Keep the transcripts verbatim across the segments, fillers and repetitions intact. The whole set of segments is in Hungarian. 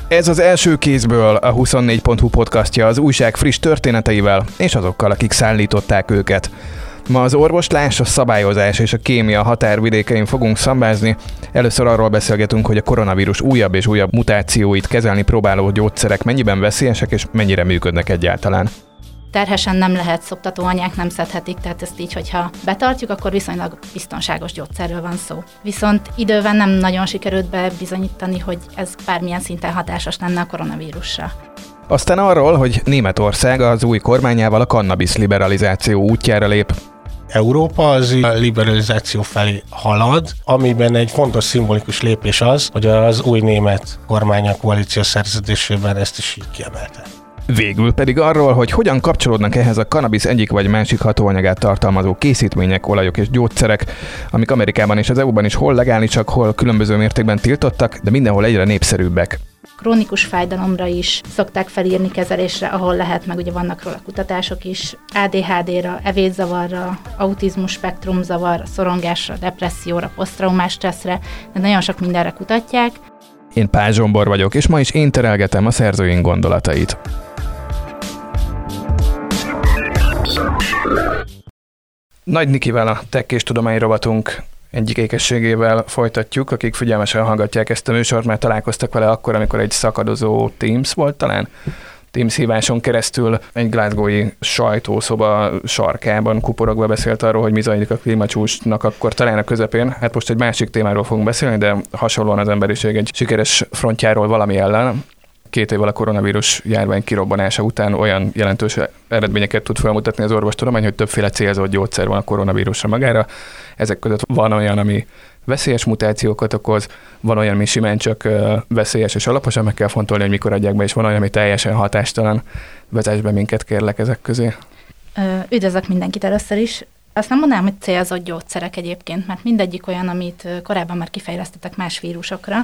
Ez az első kézből a huszonnégy pont hu podcastja az újság friss történeteivel és azokkal, akik szállították őket. Ma az orvoslás, a szabályozás és a kémia határvidékein fogunk szambázni. Először arról beszélgetünk, hogy a koronavírus újabb és újabb mutációit kezelni próbáló gyógyszerek mennyiben veszélyesek és mennyire működnek egyáltalán. Terhesen nem lehet, szoptató anyák nem szedhetik, tehát ezt így, hogyha betartjuk, akkor viszonylag biztonságos gyógyszerről van szó. Viszont idővel nem nagyon sikerült bebizonyítani, hogy ez bármilyen szinten hatásos lenne a koronavírusra. Aztán arról, hogy Németország az új kormányával a kannabisz liberalizáció útjára lép. Európa az a liberalizáció felé halad, amiben egy fontos szimbolikus lépés az, hogy az új német kormány a koalíció szerződésében ezt is így kiemelte. Végül pedig arról, hogy hogyan kapcsolódnak ehhez a kannabisz egyik vagy másik hatóanyagát tartalmazó készítmények, olajok és gyógyszerek, amik Amerikában és az é u-ban is hol legálisak, hol különböző mértékben tiltottak, de mindenhol egyre népszerűbbek. Krónikus fájdalomra is szokták felírni kezelésre, ahol lehet, meg ugye vannak róla kutatások is, á dé há dé-ra, evészavarra, autizmus spektrumzavar, szorongásra, depresszióra, posztraumás stresszre, de nagyon sok mindenre kutatják. Én Pál Zsombor vagyok, és ma is én terelgetem a szerzőink gondolatait. Nagy Nikivel, a Tech és Tudomány rovatunk egyik ékességével folytatjuk, akik figyelmesen hallgatják ezt a műsort, már találkoztak vele akkor, amikor egy szakadozó Teams volt talán. Teams híváson keresztül egy glasgowi sajtószoba sarkában kuporogva beszélt arról, hogy mi zajlik a klímacsúcsnak akkor talán a közepén. Hát most egy másik témáról fogunk beszélni, de hasonlóan az emberiség egy sikeres frontjáról valami ellen. Két évvel a koronavírus járvány kirobbanása után olyan jelentős eredményeket tud felmutatni az orvostudomány, hogy többféle célzott gyógyszer van a koronavírusra magára. Ezek között van olyan, ami veszélyes mutációkat okoz, van olyan, ami simán csak veszélyes és alaposan meg kell fontolni, hogy mikor adják be, és van olyan, ami teljesen hatástalan. Vezess be minket, kérlek, ezek közé. Üdvözlök mindenkit először is. Azt nem mondanám, hogy célzott gyógyszerek egyébként, mert mindegyik olyan, amit korábban már kifejlesztettek más vírusokra,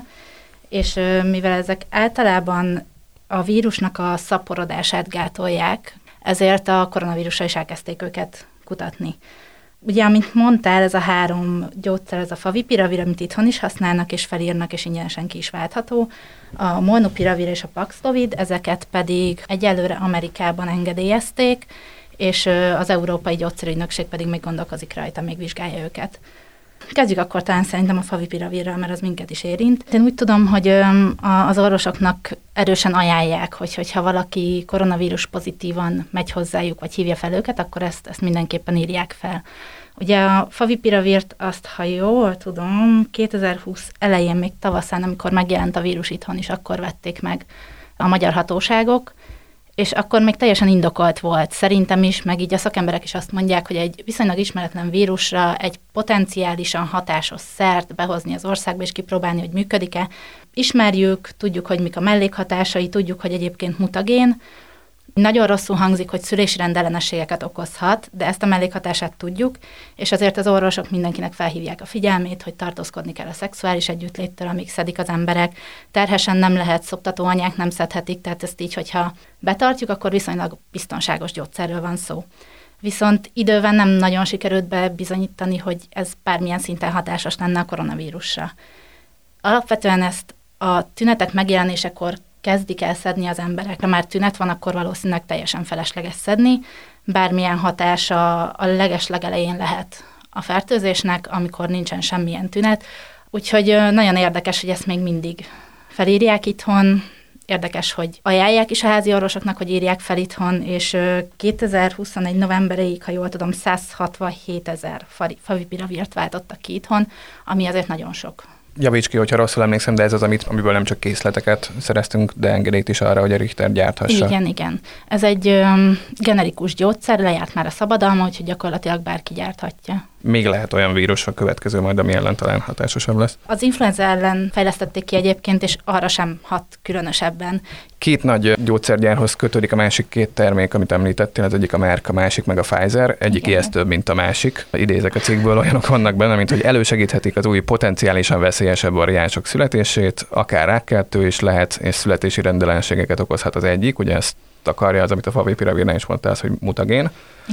és mivel ezek általában a vírusnak a szaporodását gátolják, ezért a koronavírusra is elkezdték őket kutatni. Ugye, amit mondtál, ez a három gyógyszer, ez a favipiravir, amit itthon is használnak, és felírnak, és ingyenesen ki is váltható. A molnupiravir és a paxlovid, ezeket pedig egyelőre Amerikában engedélyezték, és az Európai Gyógyszerügynökség pedig még gondolkozik rajta, még vizsgálja őket. Kezdjük akkor talán szerintem a favipiravirral, mert az minket is érint. Én úgy tudom, hogy az orvosoknak erősen ajánlják, hogy hogyha valaki koronavírus pozitívan megy hozzájuk, vagy hívja fel őket, akkor ezt, ezt mindenképpen írják fel. Ugye a favipiravirt azt, ha jól tudom, kétezer-húsz elején, még tavaszán, amikor megjelent a vírus itthon is, akkor vették meg a magyar hatóságok, és akkor még teljesen indokolt volt, szerintem is, meg így a szakemberek is azt mondják, hogy egy viszonylag ismeretlen vírusra egy potenciálisan hatásos szert behozni az országba, és kipróbálni, hogy működik-e. Ismerjük, tudjuk, hogy mik a mellékhatásai, tudjuk, hogy egyébként mutagén. Nagyon rosszul hangzik, hogy szülési rendellenességeket okozhat, de ezt a mellékhatását tudjuk, és azért az orvosok mindenkinek felhívják a figyelmét, hogy tartózkodni kell a szexuális együttléttől, amíg szedik az emberek. Terhesen nem lehet, szoptató anyák nem szedhetik, tehát ezt így, hogyha betartjuk, akkor viszonylag biztonságos gyógyszerről van szó. Viszont idővel nem nagyon sikerült bebizonyítani, hogy ez bármilyen szinten hatásos lenne a koronavírusra. Alapvetően ezt a tünetek megjelenésekor kezdik el szedni az emberek. Ha már tünet van, akkor valószínűleg teljesen felesleges szedni. Bármilyen hatása a leges-legelején lehet a fertőzésnek, amikor nincsen semmilyen tünet. Úgyhogy nagyon érdekes, hogy ezt még mindig felírják itthon. Érdekes, hogy ajánlják is a házi orvosoknak, hogy írják fel itthon, és kétezer-huszonegy novemberéig, ha jól tudom, száz hatvanhétezer favipiravirt váltottak ki itthon, ami azért nagyon sok. Javíts ki, hogyha rosszul emlékszem, de ez az, amit, amiből nem csak készleteket szereztünk, de engedélyt is arra, hogy a Richter gyárthassa. Igen, igen. Ez egy um, generikus gyógyszer, lejárt már a szabadalma, úgyhogy gyakorlatilag bárki gyárthatja. Még lehet olyan vírus a következő majd, ami ellen talán hatásosabb lesz. Az influenza ellen fejlesztették ki egyébként, és arra sem hat különösebben. Két nagy gyógyszergyárhoz kötődik a másik két termék, amit említettél, az egyik a Merck, a másik meg a Pfizer, egyik ijesztőbb, mint a másik. Idézek a cikkből, olyanok vannak benne, mint hogy elősegíthetik az új potenciálisan veszélyesebb variánsok születését, akár rákkeltő is lehet, és születési rendellenességeket okozhat az egyik, ugye ezt akarja az, amit a favipiravírnál is mondtál, hogy mutagén. Igen.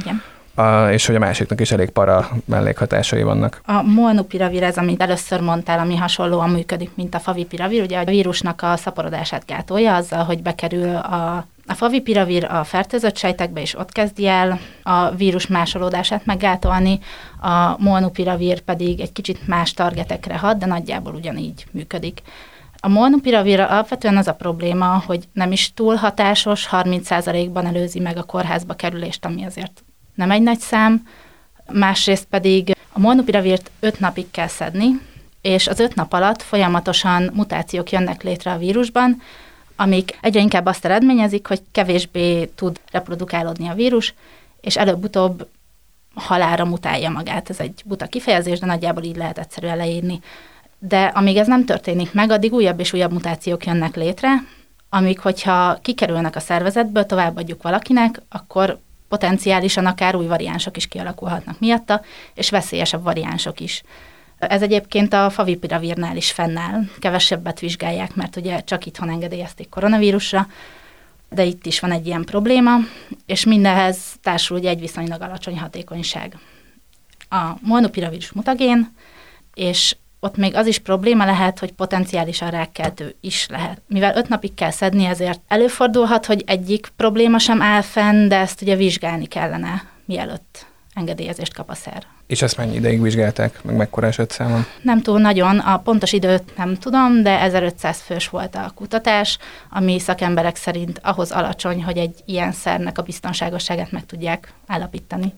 a, és hogy a másiknak is elég para mellékhatásai vannak. A molnupiravir, ez, amit először mondtál, ami hasonlóan működik, mint a favipiravir, ugye a vírusnak a szaporodását gátolja azzal, hogy bekerül a A favipiravir a fertőzött sejtekbe, és ott kezdi el a vírus másolódását meggátolni, a molnupiravir pedig egy kicsit más targetekre hat, de nagyjából ugyanígy működik. A molnupiravir alapvetően az a probléma, hogy nem is túl hatásos, harminc százalékban előzi meg a kórházba kerülést, ami azért nem egy nagy szám. Másrészt pedig a molnupiravirt öt napig kell szedni, és az öt nap alatt folyamatosan mutációk jönnek létre a vírusban, amik egyre inkább azt eredményezik, hogy kevésbé tud reprodukálódni a vírus, és előbb-utóbb halálra mutálja magát. Ez egy buta kifejezés, de nagyjából így lehet egyszerűen leírni. De amíg ez nem történik meg, addig újabb és újabb mutációk jönnek létre, amik, hogyha kikerülnek a szervezetből, továbbadjuk valakinek, akkor potenciálisan akár új variánsok is kialakulhatnak miatta, és veszélyesebb variánsok is. Ez egyébként a favipiravírnál is fennáll. Kevesebbet vizsgálják, mert ugye csak itthon engedélyezték koronavírusra, de itt is van egy ilyen probléma, és mindenhez társul ugye egy viszonylag alacsony hatékonyság. A molnupiravírus mutagén, és ott még az is probléma lehet, hogy potenciálisan rákkeltő is lehet. Mivel öt napig kell szedni, ezért előfordulhat, hogy egyik probléma sem áll fenn, de ezt ugye vizsgálni kellene, mielőtt engedélyezést kap a szer. És ezt mennyi ideig vizsgálták, meg mekkora esetszámon? Nem túl nagyon, a pontos időt nem tudom, de ezerötszáz fős volt a kutatás, ami szakemberek szerint ahhoz alacsony, hogy egy ilyen szernek a biztonságosságát meg tudják állapítani.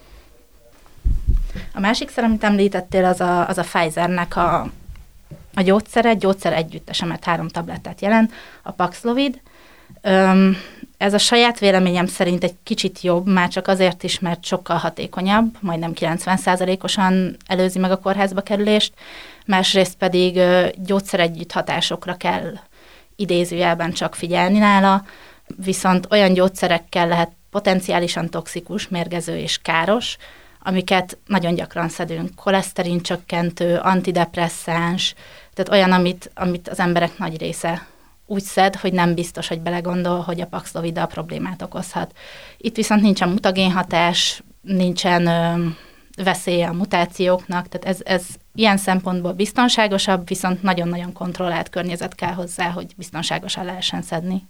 A másik szer, amit említettél, az a, az a Pfizernek a, a gyógyszere, gyógyszer együttese, mert három tablettát jelent, a Paxlovid. Öm, ez a saját véleményem szerint egy kicsit jobb, már csak azért is, mert sokkal hatékonyabb, majdnem kilencven százalékosan előzi meg a kórházba kerülést, másrészt pedig ö, gyógyszer együtt hatásokra kell idézőjelben csak figyelni nála, viszont olyan gyógyszerekkel lehet potenciálisan toxikus, mérgező és káros, amiket nagyon gyakran szedünk, koleszterin csökkentő, antidepresszáns, tehát olyan, amit, amit az emberek nagy része úgy szed, hogy nem biztos, hogy belegondol, hogy a Paxloviddal problémát okozhat. Itt viszont nincsen mutagénhatás, nincsen ö, veszélye a mutációknak, tehát ez, ez ilyen szempontból biztonságosabb, viszont nagyon-nagyon kontrollált környezet kell hozzá, hogy biztonságosan lehessen szedni.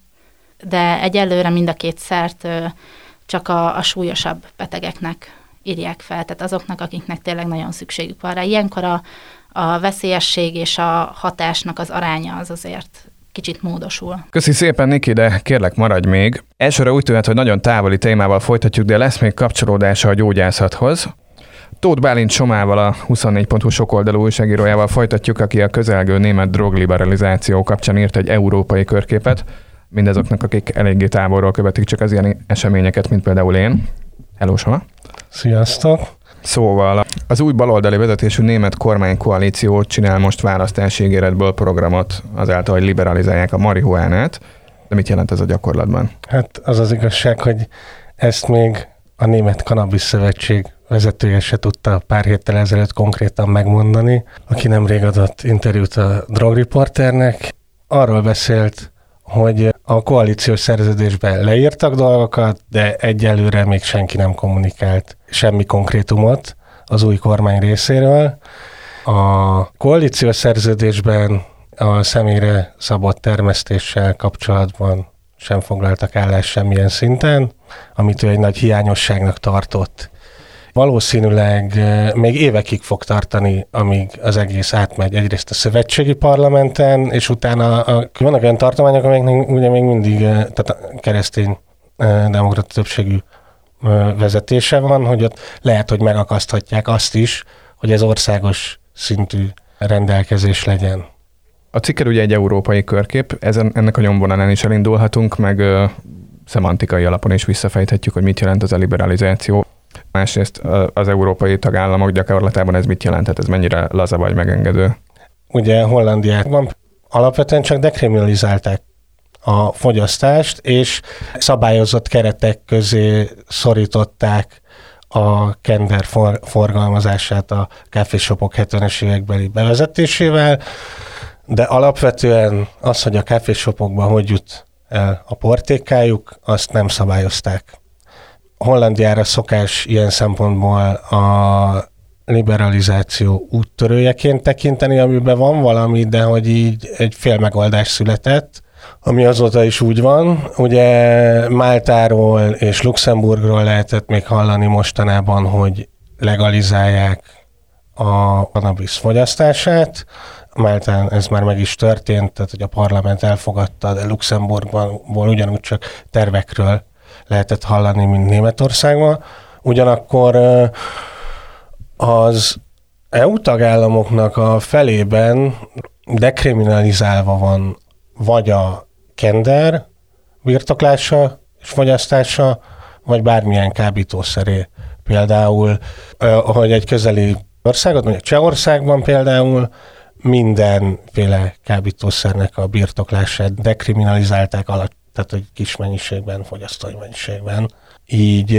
De egyelőre mind a két szert ö, csak a, a súlyosabb betegeknek írják fel, tehát azoknak, akiknek tényleg nagyon szükségük van rá. Ilyenkor a, a veszélyesség és a hatásnak az aránya az azért kicsit módosul. Köszi szépen, Niki, de kérlek, maradj még. Elsőre úgy tűnt, hogy nagyon távoli témával folytatjuk, de lesz még kapcsolódása a gyógyászathoz. Tóth Bálint Somával, a huszonnégy pont hu sokoldalú újságírójával folytatjuk, aki a közelgő német drogliberalizáció kapcsán írt egy európai körképet, mindazoknak, akik eléggé távolról követik csak az ilyen eseményeket, mint például én. Hello, Soma! Sziasztok! Szóval az új baloldali vezetésű német kormánykoalíció csinál most választási ígéretből programot azáltal, hogy liberalizálják a marihuánát. De mit jelent ez a gyakorlatban? Hát az az igazság, hogy ezt még a Német Cannabis Szövetség vezetője se tudta pár héttel ezelőtt konkrétan megmondani, aki nemrég adott interjút a Drogreporternek. Arról beszélt, hogy a koalíciós szerződésben leírtak dolgokat, de egyelőre még senki nem kommunikált semmi konkrétumot az új kormány részéről. A koalíciós szerződésben a személyre szabott termesztéssel kapcsolatban sem foglaltak állást semmilyen szinten, amit ő egy nagy hiányosságnak tartott. Valószínűleg még évekig fog tartani, amíg az egész átmegy egyrészt a szövetségi parlamenten, és utána a, vannak olyan tartományok, amelyeknek ugye még mindig tehát a keresztény demokrata többségű vezetése van, hogy ott lehet, hogy megakaszthatják azt is, hogy ez országos szintű rendelkezés legyen. A cikker ugye egy európai körkép, ezen, ennek a nyomvonalán is elindulhatunk, meg ö, szemantikai alapon is visszafejthetjük, hogy mit jelent az a liberalizáció. Másrészt az európai tagállamok gyakorlatában ez mit jelent? Tehát ez mennyire laza vagy megengedő? Ugye Hollandiában alapvetően csak dekriminalizálták a fogyasztást, és szabályozott keretek közé szorították a kender for- forgalmazását a kávéshopok hetvenes évekbeli bevezetésével, de alapvetően az, hogy a kávéshopokban hogy jut el a portékájuk, azt nem szabályozták. Hollandiára szokás ilyen szempontból a liberalizáció úttörőjeként tekinteni, amiben van valami, de hogy így egy fél megoldás született, ami azóta is úgy van. Ugye Máltáról és Luxemburgról lehetett még hallani mostanában, hogy legalizálják a cannabis fogyasztását. Máltán ez már meg is történt, tehát hogy a parlament elfogadta, de Luxemburgban ugyanúgy csak tervekről lehetett hallani, mint Németországban. Ugyanakkor az é u tagállamoknak a felében dekriminalizálva van vagy a kender birtoklása és fogyasztása, vagy bármilyen kábítószeré. Például, hogy egy közeli országot, mondjuk Csehországban például mindenféle kábítószernek a birtoklását dekriminalizálták alatt, tehát hogy kis mennyiségben, fogyasztói mennyiségben. Így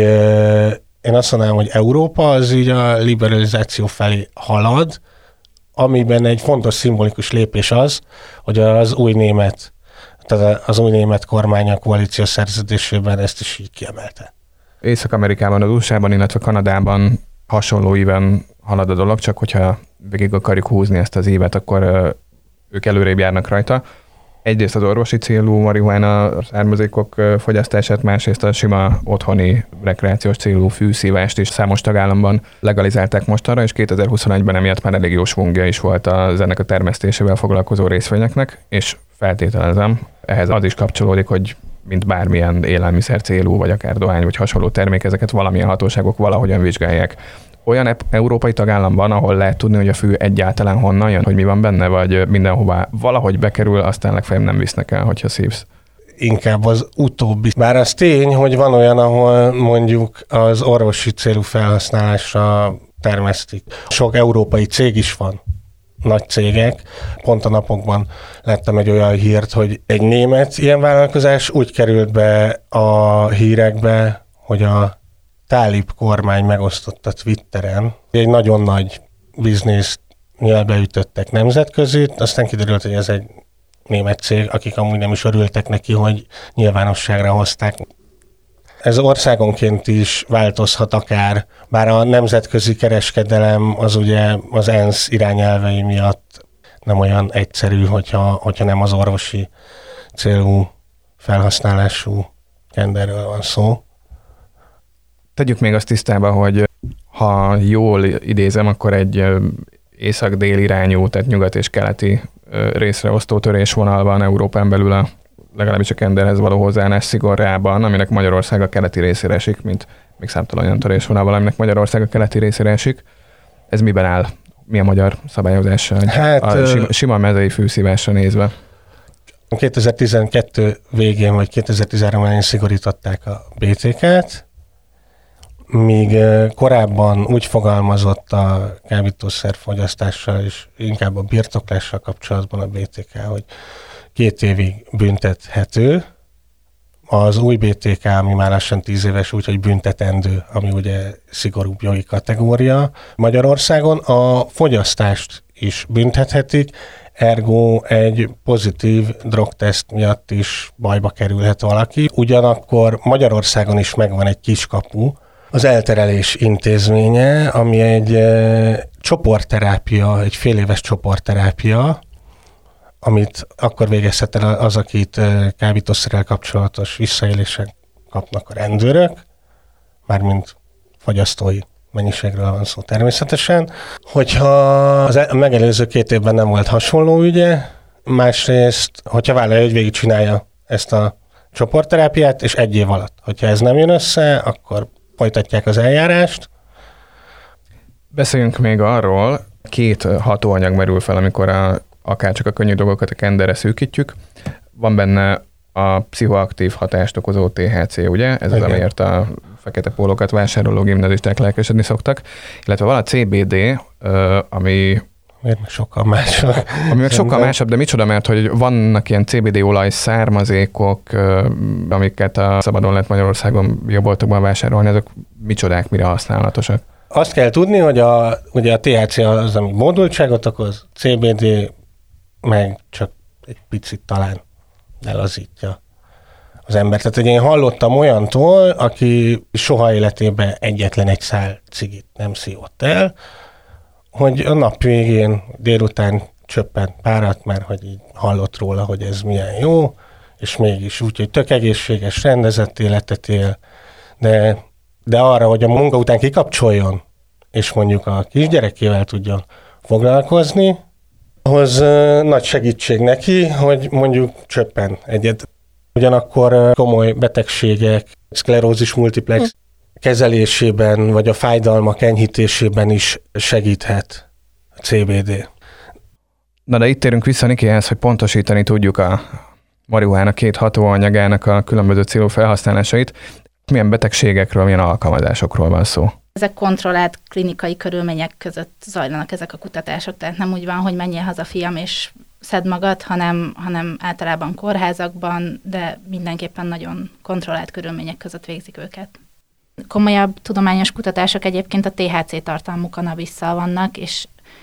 én azt mondanám, hogy Európa az így a liberalizáció felé halad, amiben egy fontos szimbolikus lépés az, hogy az új német, tehát az új német kormány a koalíció szerződésében ezt is így kiemelte. Észak-Amerikában, az u es á-ban, illetve Kanadában hasonló íven halad a dolog, csak hogyha végig akarjuk húzni ezt az évet, akkor ők előrébb járnak rajta. Egyrészt az orvosi célú marihuána származékok fogyasztását, másrészt a sima otthoni rekreációs célú fűszívást is számos tagállamban legalizálták mostanra, és kétezer-huszonegyben emiatt már elég jó svungja is volt az ennek a termesztésével foglalkozó részvényeknek, és feltételezem, ehhez az is kapcsolódik, hogy mint bármilyen élelmiszer célú, vagy akár dohány, vagy hasonló termék, ezeket valamilyen hatóságok valahogyan vizsgálják. Olyan európai tagállam van, ahol lehet tudni, hogy a fű egyáltalán honnan jön, hogy mi van benne, vagy mindenhová valahogy bekerül, aztán legfeljebb nem visznek el, hogyha szívsz. Inkább az utóbbi. Bár az tény, hogy van olyan, ahol mondjuk az orvosi célú felhasználásra termesztik. Sok európai cég is van, nagy cégek. Pont a napokban láttam egy olyan hírt, hogy egy német ilyen vállalkozás úgy került be a hírekbe, hogy a Tálib kormány megosztotta Twitteren. Egy nagyon nagy bizniszt nyelbeütöttek nemzetközit, aztán kiderült, hogy ez egy német cég, akik amúgy nem is örültek neki, hogy nyilvánosságra hozták. Ez országonként is változhat akár, bár a nemzetközi kereskedelem az ugye az ENSZ irányelvei miatt nem olyan egyszerű, hogyha, hogyha nem az orvosi célú felhasználású kenderről van szó. Tegyük még azt tisztába, hogy ha jól idézem, akkor egy észak-dél irányú, tehát nyugat és keleti részre osztó törésvonal van Európán belül a legalábbis a kenderhez való hozzáállás szigorában, aminek Magyarország a keleti részére esik, mint még számtalan olyan törésvonal, aminek Magyarország a keleti részére esik. Ez miben áll? Mi a magyar szabályozás hát, a sima, sima mezei fűszívásra nézve? kétezer-tizenkettő végén vagy kétezer-tizenhárom elején szigorították a bé té ká-t, míg korábban úgy fogalmazott a kábítószerfogyasztással és inkább a birtoklással kapcsolatban a bé té ká, hogy két évig büntethető. Az új bé té ká, ami már lassan tíz éves, úgyhogy büntetendő, ami ugye szigorúbb jogi kategória. Magyarországon a fogyasztást is büntethetik, ergo egy pozitív drogteszt miatt is bajba kerülhet valaki. Ugyanakkor Magyarországon is megvan egy kiskapu, az elterelés intézménye, ami egy e, csoportterápia, egy fél éves csoportterápia, amit akkor végezhet el az, akit kábítószerrel kapcsolatos visszaélések kapnak a rendőrök, mármint fogyasztói mennyiségről van szó természetesen. Hogyha az megelőző két évben nem volt hasonló ügye, másrészt, hogyha vállalja, hogy végigcsinálja ezt a csoportterápiát, és egy év alatt. Hogyha ez nem jön össze, akkor folytatják az eljárást. Beszéljünk még arról, két hatóanyag merül fel, amikor a, akár csak a könnyű dolgokat a kenderre szűkítjük. Van benne a pszichoaktív hatást okozó té há cé, ugye? Ez az, amiért a fekete pólókat vásároló gimnazisták lelkesedni szoktak. Illetve van a cé bé dé, ami... Miért meg sokkal másabb? Ami meg sokkal másabb, de micsoda, mert hogy vannak ilyen cé bé dé olaj származékok, amiket a szabadon lehet Magyarországon jobboltokban vásárolni, azok micsodák, mire használatosak? Azt kell tudni, hogy a, ugye a té há cé az, ami módultságot okoz, cé bé dé meg csak egy picit talán elazítja az ember. Tehát, hogy én hallottam olyantól, aki soha életében egyetlen egy szál cigit nem szívott el, hogy a nap végén délután csöppent párat, mert hogy így hallott róla, hogy ez milyen jó, és mégis úgy, hogy tök egészséges, rendezett életet él, de, de arra, hogy a munka után kikapcsoljon, és mondjuk a kisgyerekével tudjon foglalkozni, ahhoz uh, nagy segítség neki, hogy mondjuk csöppen egyet. Ugyanakkor uh, komoly betegségek, szklerózis multiplex kezelésében, vagy a fájdalmak enyhítésében is segíthet a cé bé dé. Na de itt térünk vissza Nikihez, hogy pontosítani tudjuk a marihuána két hatóanyagának a különböző célú felhasználásait. Milyen betegségekről, milyen alkalmazásokról van szó? Ezek kontrollált klinikai körülmények között zajlanak ezek a kutatások, tehát nem úgy van, hogy menjél haza fiam és szedd magad, hanem, hanem általában kórházakban, de mindenképpen nagyon kontrollált körülmények között végzik őket. Komolyabb tudományos kutatások egyébként a té há cé tartalmú kannabisszal vannak, és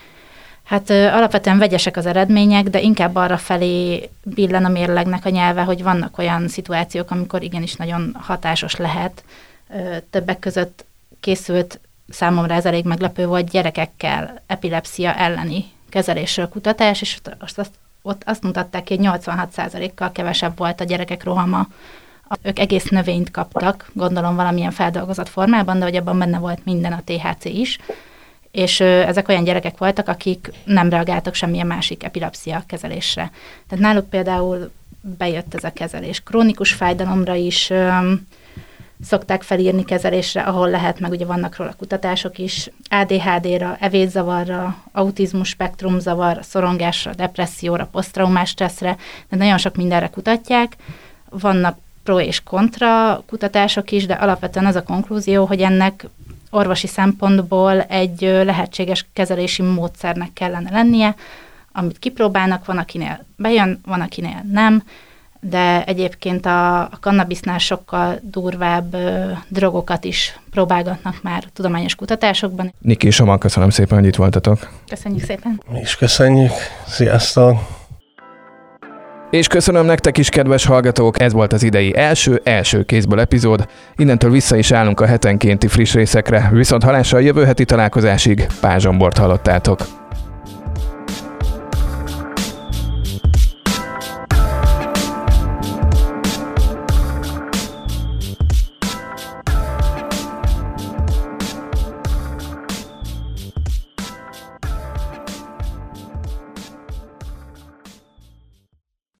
hát ö, alapvetően vegyesek az eredmények, de inkább arra felé billen a mérlegnek a nyelve, hogy vannak olyan szituációk, amikor igenis nagyon hatásos lehet. Ö, többek között készült, számomra ez elég meglepő volt, gyerekekkel epilepszia elleni kezelésről kutatás, és azt, azt, ott azt mutatták ki, hogy nyolcvanhat százalékkal kevesebb volt a gyerekek rohama. Ők egész növényt kaptak, gondolom valamilyen feldolgozott formában, de hogy abban benne volt minden, a té há cé is, és ö, ezek olyan gyerekek voltak, akik nem reagáltak semmilyen másik epilepszia kezelésre. Tehát náluk például bejött ez a kezelés. Krónikus fájdalomra is ö, szokták felírni kezelésre, ahol lehet, meg ugye vannak róla kutatások is, á dé há dé-ra, evészavarra, autizmus spektrumzavar, szorongásra, depresszióra, posztraumás stresszre, de nagyon sok mindenre kutatják. Vannak pro és kontra kutatások is, de alapvetően az a konklúzió, hogy ennek orvosi szempontból egy lehetséges kezelési módszernek kellene lennie, amit kipróbálnak, van akinél bejön, van akinél nem, de egyébként a, a kannabisznál sokkal durvább ö, drogokat is próbálgatnak már tudományos kutatásokban. Niki és Soma, köszönöm szépen, hogy itt voltatok. Köszönjük szépen. Mi is köszönjük. Sziasztok! És köszönöm nektek is, kedves hallgatók, ez volt az idei első, első kézből epizód. Innentől vissza is állunk a hetenkénti friss részekre, viszont hallásra a jövő heti találkozásig Pázs Zsombort hallottátok.